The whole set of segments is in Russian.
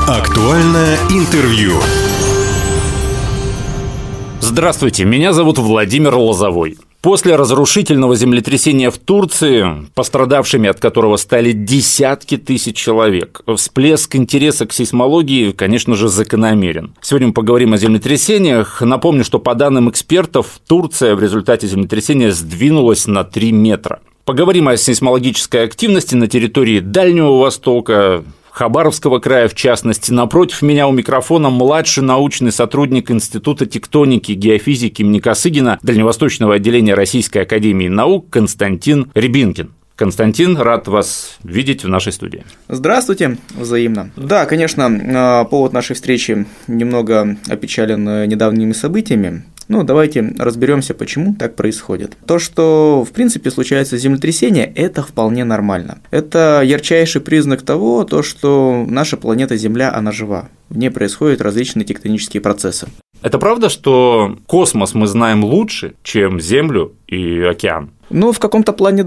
Актуальное интервью. Здравствуйте, меня зовут Владимир Лозовой. После разрушительного землетрясения в Турции, пострадавшими от которого стали десятки тысяч человек, всплеск интереса к сейсмологии, конечно же, закономерен. Сегодня мы поговорим о землетрясениях. Напомню, что по данным экспертов, Турция в результате землетрясения сдвинулась на 3 метра. Поговорим о сейсмологической активности на территории Дальнего Востока, Хабаровского края в частности. Напротив меня у микрофона младший научный сотрудник Института тектоники и геофизики имени Косыгина Дальневосточного отделения Российской академии наук Константин Рябинкин. Константин, рад вас видеть в нашей студии. Здравствуйте, взаимно. Да, конечно, повод нашей встречи немного опечален недавними событиями. Ну, давайте разберемся, почему так происходит. То, что, в принципе, случается землетрясение, это вполне нормально. Это ярчайший признак того, что наша планета Земля, она жива. В ней происходят различные тектонические процессы. Это правда, что космос мы знаем лучше, чем Землю и океан? Ну, в каком-то плане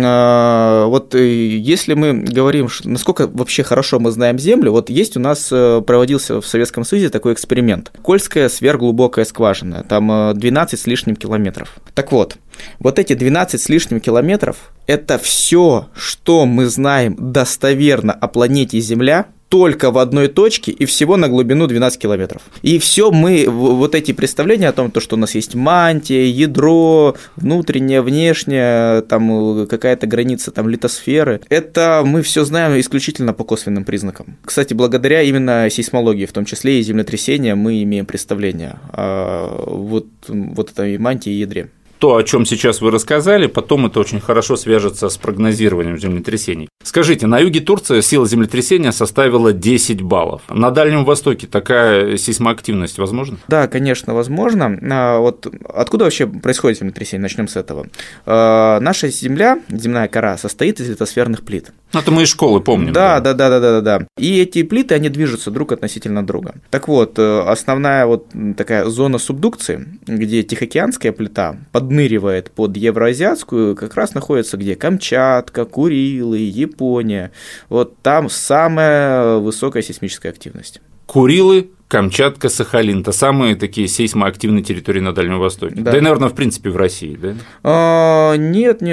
да. Вот если мы говорим, насколько вообще хорошо мы знаем Землю, вот есть у нас, проводился в Советском Союзе такой эксперимент. Кольская сверхглубокая скважина, там 12 с лишним километров. Так вот эти 12 с лишним километров – это все, что мы знаем достоверно о планете Земля, только в одной точке и всего на глубину 12 километров. И все мы, вот эти представления о том, что у нас есть мантия, ядро, внутреннее, внешнее, там какая-то граница там литосферы, это мы все знаем исключительно по косвенным признакам. Кстати, благодаря именно сейсмологии, в том числе и землетрясения, мы имеем представление о вот этой мантии и ядре. То, о чем сейчас вы рассказали, потом это очень хорошо свяжется с прогнозированием землетрясений. Скажите, на юге Турции сила землетрясения составила 10 баллов. На Дальнем Востоке такая сейсмоактивность возможна? Да, конечно, возможно. Вот откуда вообще происходит землетрясение? Начнем с этого. Наша Земля, земная кора, состоит из литосферных плит. Это мы из школы помним. Да. И эти плиты, они движутся друг относительно друга. Так вот, основная вот такая зона субдукции, где Тихоокеанская плита подныривает под евроазиатскую, как раз находится где? Камчатка, Курилы, Япония. Вот там самая высокая сейсмическая активность. Курилы, Камчатка, Сахалин – это самые такие сейсмоактивные территории на Дальнем Востоке. Да, и, наверное, в принципе, в России, да? Нет.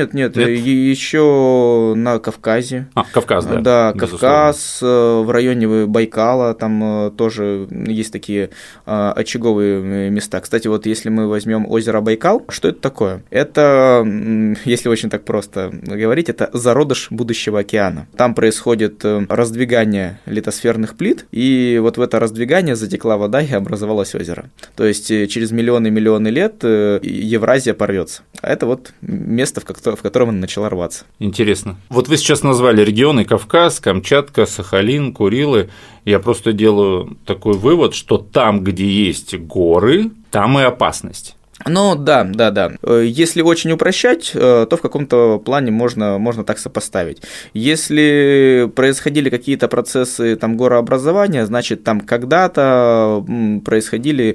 Еще на Кавказе. Кавказ, да. Да, Кавказ, в районе Байкала, там тоже есть такие очаговые места. Кстати, вот если мы возьмем озеро Байкал, что это такое? Это, если очень так просто говорить, это зародыш будущего океана. Там происходит раздвигание литосферных плит, и вот в это раздвигание затекла вода и образовалось озеро. То есть через миллионы лет Евразия порвется. А это вот место, в котором она начала рваться. Интересно. Вот вы сейчас назвали регионы: Кавказ, Камчатка, Сахалин, Курилы. Я просто делаю такой вывод, что там, где есть горы, там и опасность. Ну да. Если очень упрощать, то в каком-то плане можно так сопоставить. Если происходили какие-то процессы там горообразования, значит там когда-то происходили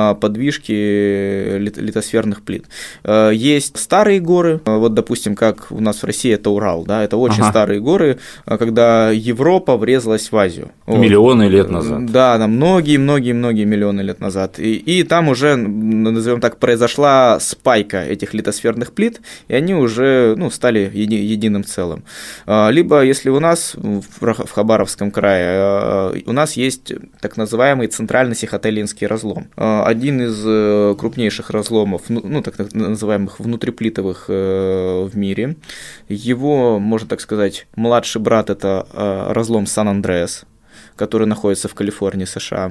подвижки литосферных плит. Есть старые горы, вот допустим, как у нас в России это Урал, да, это очень старые горы, когда Европа врезалась в Азию. Миллионы лет назад. Да, многие миллионы лет назад. И там уже, назовем так, произошла спайка этих литосферных плит, и они уже стали единым целым. Либо, если у нас в Хабаровском крае, у нас есть так называемый центрально-сихотелинский разлом. Один из крупнейших разломов, так называемых внутриплитовых в мире. Его, можно так сказать, младший брат – это разлом Сан-Андреас, который находится в Калифорнии, США,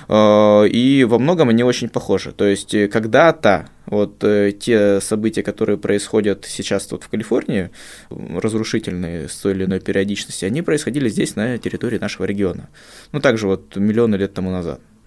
и во многом они очень похожи. То есть когда-то вот те события, которые происходят сейчас тут в Калифорнии, разрушительные с той или иной периодичностью, они происходили здесь, на территории нашего региона. Также вот миллионы лет тому назад.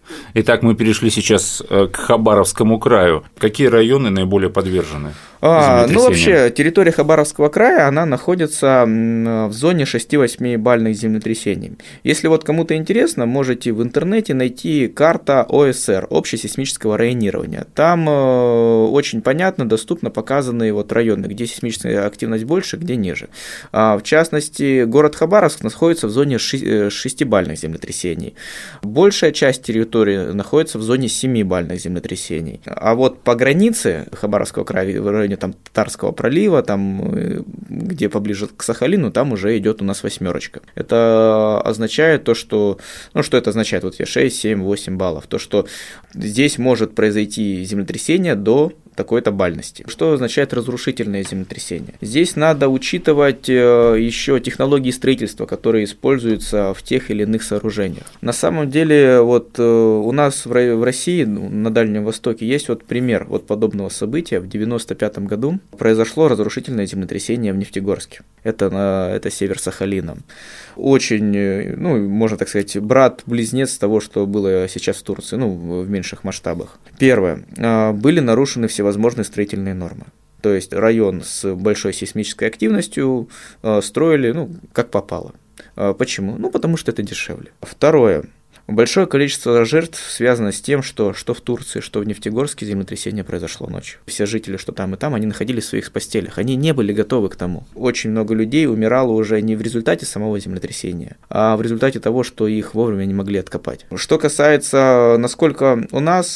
Итак, мы перешли сейчас к Хабаровскому краю. Какие районы наиболее подвержены землетрясениям? Вообще, территория Хабаровского края, она находится в зоне 6-8 бальных землетрясений. Если вот кому-то интересно, можете в интернете найти карта ОСР, общесейсмического районирования. Там очень понятно, доступно показаны вот районы, где сейсмическая активность больше, где ниже. В частности, город Хабаровск находится в зоне 6-бальных землетрясений. Большая часть территории находится в зоне 7-бальных землетрясений. А вот по границе Хабаровского края, в районе там Татарского пролива, там, где поближе к Сахалину, там уже идет у нас 8. Это означает то, что... что это означает? Вот 6, 7, 8 баллов. То, что здесь может произойти землетрясение до такой-то бальности. Что означает разрушительное землетрясение? Здесь надо учитывать еще технологии строительства, которые используются в тех или иных сооружениях. На самом деле, вот у нас в России, на Дальнем Востоке, есть вот пример вот подобного события. В 1995 году произошло разрушительное землетрясение в Нефтегорске. Это север Сахалина. Очень, можно так сказать, брат-близнец того, что было сейчас в Турции, в меньших масштабах. Первое. Были нарушены всевозможные строительные нормы. То есть район с большой сейсмической активностью строили, как попало. Почему? Потому что это дешевле. Второе. Большое количество жертв связано с тем, что в Турции, что в Нефтегорске землетрясение произошло ночью. Все жители, что там и там, они находились в своих постелях, они не были готовы к тому. Очень много людей умирало уже не в результате самого землетрясения, а в результате того, что их вовремя не могли откопать. Что касается, насколько у нас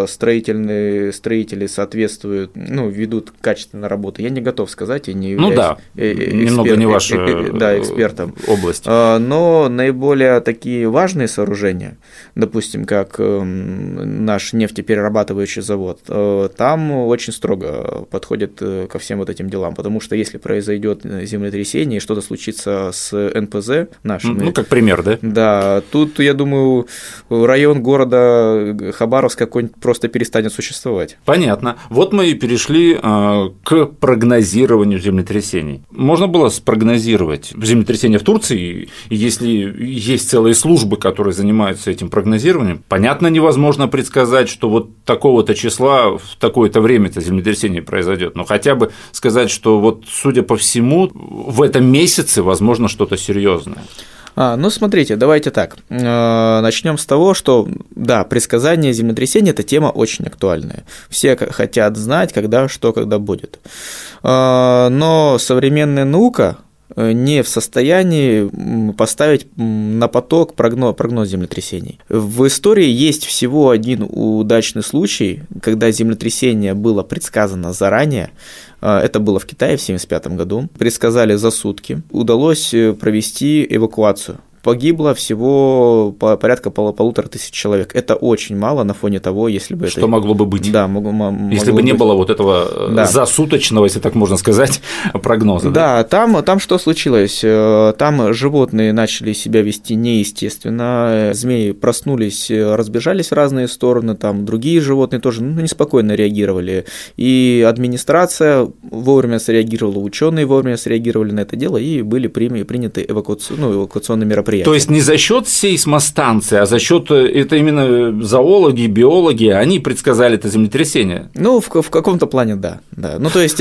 строители соответствуют, ведут качественно работу, я не готов сказать, я не являюсь немного не ваша экспертом. Область. Но наиболее такие важные сооружения, допустим, как наш нефтеперерабатывающий завод, там очень строго подходят ко всем вот этим делам, потому что если произойдет землетрясение и что-то случится с НПЗ нашими... как пример, да? Да, тут, я думаю, район города Хабаровск какой-нибудь просто перестанет существовать. Понятно. Вот мы и перешли к прогнозированию землетрясений. Можно было спрогнозировать землетрясение в Турции, и если есть целые службы, которые занимаются этим прогнозированием, понятно, невозможно предсказать, что вот такого-то числа в такое-то время-то землетрясение произойдет, но хотя бы сказать, что вот, судя по всему, в этом месяце возможно что-то серьезное. Смотрите, давайте так. Начнем с того, что, да, предсказание землетрясения – это тема очень актуальная. Все хотят знать, когда будет. Но современная наука не в состоянии поставить на поток прогноз землетрясений. В истории есть всего один удачный случай, когда землетрясение было предсказано заранее. Это было в Китае в 1975 году. Предсказали за сутки. Удалось провести эвакуацию. Погибло всего порядка 1500 человек. Это очень мало на фоне того, если бы что могло бы быть. Да, если бы не было вот этого засуточного, если так можно сказать, прогноза. Да, там что случилось? Там животные начали себя вести неестественно, змеи проснулись, разбежались в разные стороны, там другие животные тоже неспокойно реагировали. И администрация вовремя среагировала, ученые вовремя среагировали на это дело, и были приняты эвакуационные мероприятия. То есть не за счет сейсмостанции, а за счет это именно зоологи, биологи, они предсказали это землетрясение. В каком-то плане, да. То есть,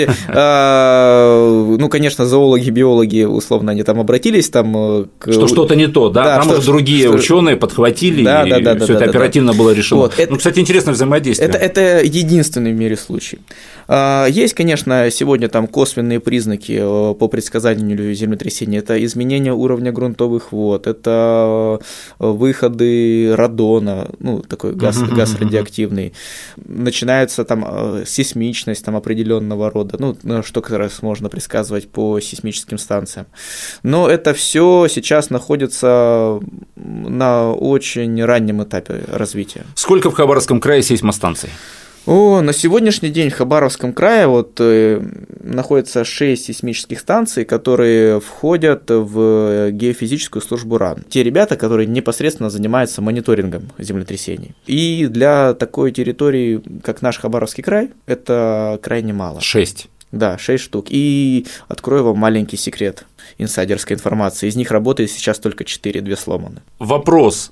конечно, зоологи, биологи, условно, они там обратились что что-то не то, да? Там уже другие ученые подхватили, и все это оперативно было решено. Кстати, интересное взаимодействие. Это единственный в мире случай. Есть, конечно, сегодня там косвенные признаки по предсказанию землетрясения. Это изменение уровня грунтовых вод, это выходы радона, такой газ радиоактивный. Начинается там сейсмичность определенного рода, что как раз можно предсказывать по сейсмическим станциям. Но это все сейчас находится на очень раннем этапе развития. Сколько в Хабаровском крае сейсмостанций? На сегодняшний день в Хабаровском крае находится 6 сейсмических станций, которые входят в геофизическую службу РАН. Те ребята, которые непосредственно занимаются мониторингом землетрясений. И для такой территории, как наш Хабаровский край, это крайне мало. 6. Да, 6 штук. И открою вам маленький секрет инсайдерской информации. Из них работает сейчас только 4, 2 сломаны. Вопрос.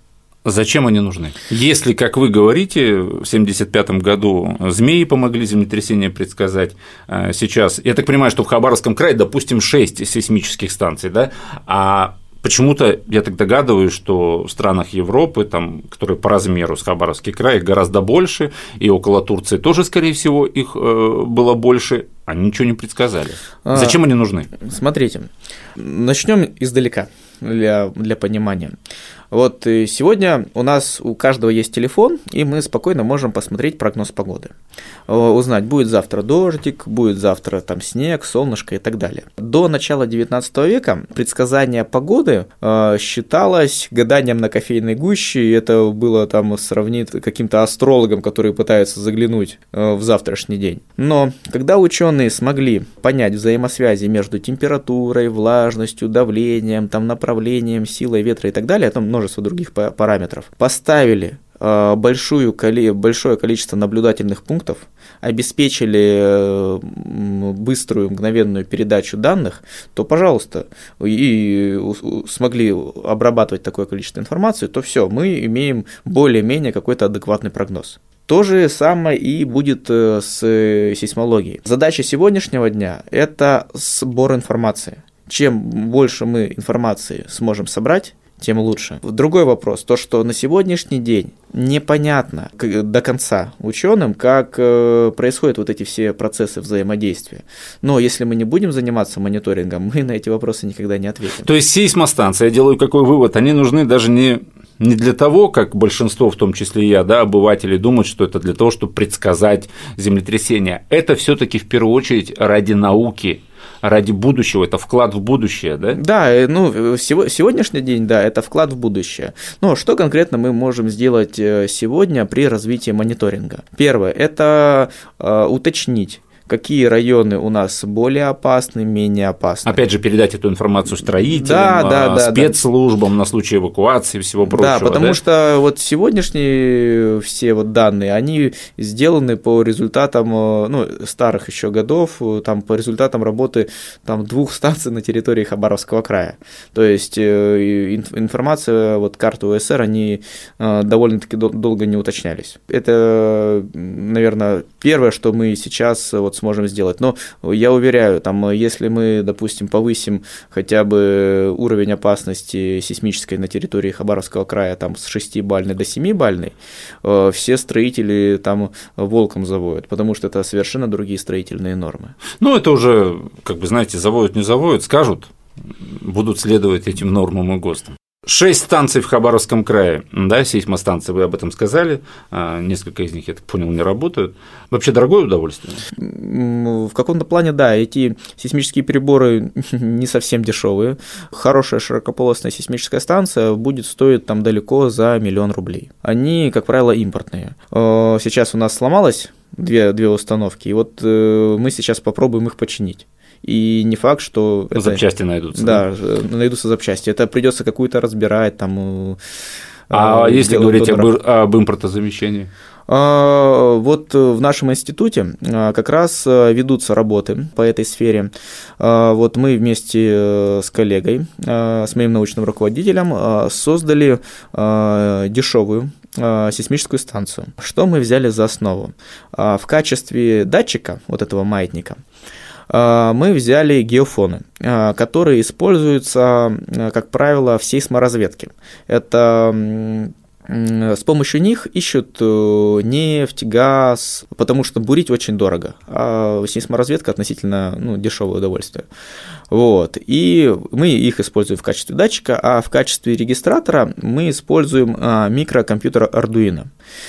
Зачем они нужны? Если, как вы говорите, в 1975 году змеи помогли землетрясение предсказать, сейчас, я так понимаю, что в Хабаровском крае, допустим, 6 сейсмических станций, да, а почему-то я так догадываюсь, что в странах Европы, там, которые по размеру с Хабаровский край, их гораздо больше, и около Турции тоже, скорее всего, их было больше, они ничего не предсказали. Зачем они нужны? Смотрите, начнем издалека для понимания. Вот сегодня у нас у каждого есть телефон, и мы спокойно можем посмотреть прогноз погоды. Узнать, будет завтра дождик, будет завтра там снег, солнышко и так далее. До начала 19 века предсказание погоды считалось гаданием на кофейной гуще, и это было там сравнить каким-то астрологом, которые пытаются заглянуть в завтрашний день. Но когда ученые смогли понять взаимосвязи между температурой, влажностью, давлением, там, направлением, силой ветра и так далее, там множество других параметров, поставили большое количество наблюдательных пунктов, обеспечили быструю мгновенную передачу данных, то, пожалуйста, и смогли обрабатывать такое количество информации, то все, мы имеем более-менее какой-то адекватный прогноз. То же самое и будет с сейсмологией. Задача сегодняшнего дня – это сбор информации. Чем больше мы информации сможем собрать, тем лучше. Другой вопрос, то, что на сегодняшний день непонятно до конца ученым, как происходят вот эти все процессы взаимодействия. Но если мы не будем заниматься мониторингом, мы на эти вопросы никогда не ответим. То есть сейсмостанции, я делаю какой вывод, они нужны даже не для того, как большинство, в том числе и я, да, обыватели думают, что это для того, чтобы предсказать землетрясение. Это все-таки в первую очередь ради науки, ради будущего, это вклад в будущее, да? Да, ну, сегодняшний день, да, это вклад в будущее. Но что конкретно мы можем сделать сегодня при развитии мониторинга? Первое – это уточнить, какие районы у нас более опасны, менее опасны. Опять же, передать эту информацию строителям, спецслужбам на случай эвакуации и всего прочего. Да, потому что вот сегодняшние все вот данные, они сделаны по результатам, ну, старых еще годов, там, по результатам работы там, 2 станций на территории Хабаровского края. То есть информация, вот карты УСР, они довольно-таки долго не уточнялись. Это, наверное, первое, что мы сейчас вот сможем сделать. Но я уверяю, там, если мы, допустим, повысим хотя бы уровень опасности сейсмической на территории Хабаровского края там, с 6-бальной до 7-бальной, все строители там волком завоют, потому что это совершенно другие строительные нормы. Ну, это уже, как бы, знаете, завоют, не завоют, скажут, будут следовать этим нормам и ГОСТам. 6 станций в Хабаровском крае, да, сейсмостанции, вы об этом сказали, несколько из них, я так понял, не работают. Вообще дорогое удовольствие? В каком-то плане, да, эти сейсмические приборы не совсем дешевые. Хорошая широкополосная сейсмическая станция будет стоить там далеко за 1 000 000 рублей. Они, как правило, импортные. Сейчас у нас сломалось 2 установки, и вот мы сейчас попробуем их починить. И не факт, что… Запчасти найдутся. Да, найдутся запчасти. Это придется какую-то разбирать. Там, если говорить об импортозамещении? Вот в нашем институте как раз ведутся работы по этой сфере. Вот мы вместе с коллегой, с моим научным руководителем создали дешевую сейсмическую станцию. Что мы взяли за основу? В качестве датчика, вот этого маятника, мы взяли геофоны, которые используются, как правило, в сейсморазведке. Это с помощью них ищут нефть, газ, потому что бурить очень дорого, а сейсморазведка относительно дешевое удовольствие. Вот. И мы их используем в качестве датчика, а в качестве регистратора мы используем микрокомпьютер Arduino.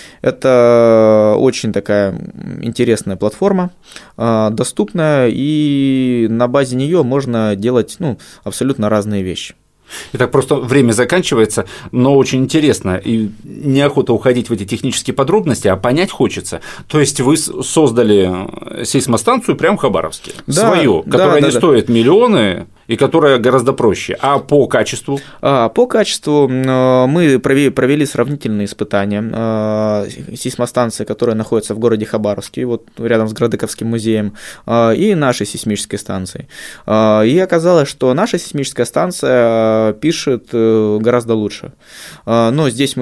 Это очень такая интересная платформа, доступная, и на базе нее можно делать абсолютно разные вещи. Итак, просто время заканчивается, но очень интересно, и неохота уходить в эти технические подробности, а понять хочется. То есть вы создали сейсмостанцию прямо в Хабаровске, свою, которая не стоит миллионы, и которая гораздо проще. А по качеству? По качеству мы провели сравнительные испытания сейсмостанции, которая находится в городе Хабаровске, вот рядом с Градыковским музеем, и нашей сейсмической станции. И оказалось, что наша сейсмическая станция пишет гораздо лучше. Но здесь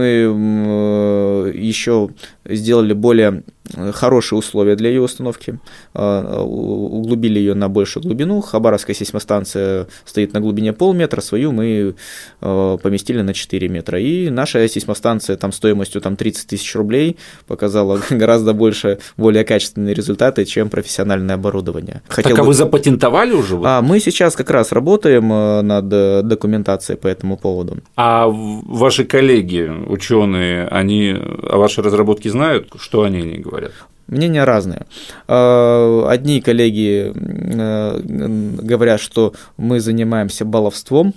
мы еще сделали более хорошие условия для ее установки, углубили ее на большую глубину. Хабаровская сейсмостанция стоит на глубине полметра, свою мы поместили на 4 метра. И наша сейсмостанция там стоимостью 30 тысяч рублей показала гораздо больше, более качественные результаты, чем профессиональное оборудование. Вы запатентовали уже? Мы сейчас как раз работаем над документацией по этому поводу. А ваши коллеги, ученые, они о вашей разработке знают, что они не говорят? Мнения разные. Одни коллеги говорят, что мы занимаемся баловством.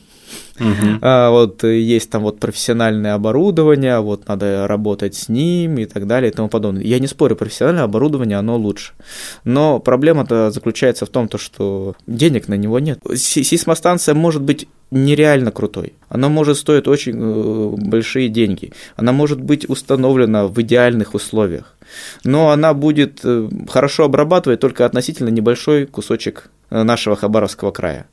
Вот есть там вот профессиональное оборудование, вот надо работать с ним и так далее и тому подобное. Я не спорю, профессиональное оборудование, оно лучше. Но проблема-то заключается в том, что денег на него нет. Сейсмостанция может быть нереально крутой. Она может стоить очень большие деньги. Она может быть установлена в идеальных условиях. Но она будет хорошо обрабатывать только относительно небольшой кусочек нашего Хабаровского края.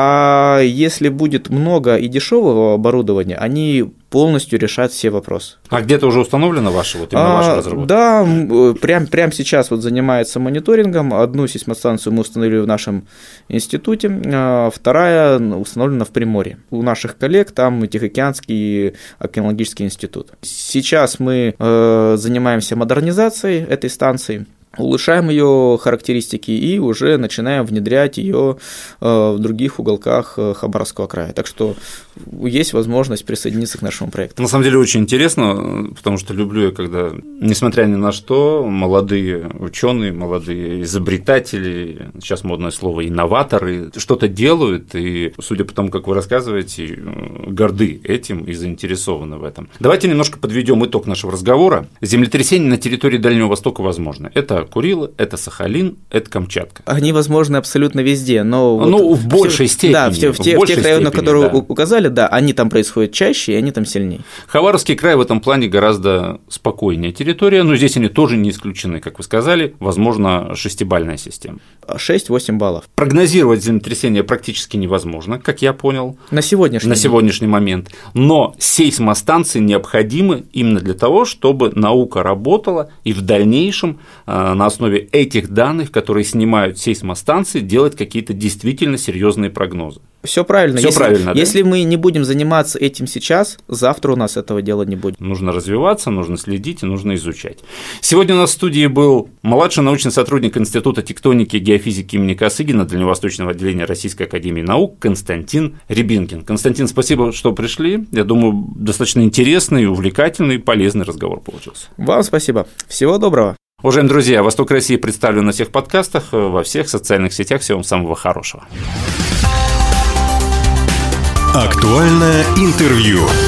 А если будет много и дешевого оборудования, они полностью решат все вопросы. А где-то уже установлена ваша разработка? Да, прямо сейчас вот занимается мониторингом. Одну сейсмостанцию мы установили в нашем институте, вторая установлена в Приморье. У наших коллег там Тихоокеанский океанологический институт. Сейчас мы занимаемся модернизацией этой станции, улучшаем ее характеристики и уже начинаем внедрять ее в других уголках Хабаровского края. Так что есть возможность присоединиться к нашему проекту. На самом деле очень интересно, потому что люблю я, когда, несмотря ни на что, молодые ученые, молодые изобретатели, сейчас модное слово инноваторы, что-то делают, и, судя по тому, как вы рассказываете, горды этим и заинтересованы в этом. Давайте немножко подведем итог нашего разговора. Землетрясения на территории Дальнего Востока возможны. Это Курилы, это Сахалин, это Камчатка. Они возможны абсолютно везде, но… в большей степени. Да, в тех районах, которые указали, да, они там происходят чаще, и они там сильнее. Хабаровский край в этом плане гораздо спокойнее территория, но здесь они тоже не исключены, как вы сказали, возможно, 6-бальная система. 6-8 баллов. Прогнозировать землетрясение практически невозможно, как я понял. На сегодняшний момент. Но сейсмостанции необходимы именно для того, чтобы наука работала и в дальнейшем на основе этих данных, которые снимают сейсмостанции, делать какие-то действительно серьезные прогнозы. Все правильно. Да? Если мы не будем заниматься этим сейчас, завтра у нас этого дела не будет. Нужно развиваться, нужно следить и нужно изучать. Сегодня у нас в студии был младший научный сотрудник Института тектоники и геофизики имени Косыгина Дальневосточного отделения Российской академии наук Константин Рябинкин. Константин, спасибо, что пришли. Я думаю, достаточно интересный, увлекательный, полезный разговор получился. Вам спасибо. Всего доброго. Уважаемые друзья, «Восток России» представлен на всех подкастах, во всех социальных сетях. Всего вам самого хорошего. Актуальное интервью.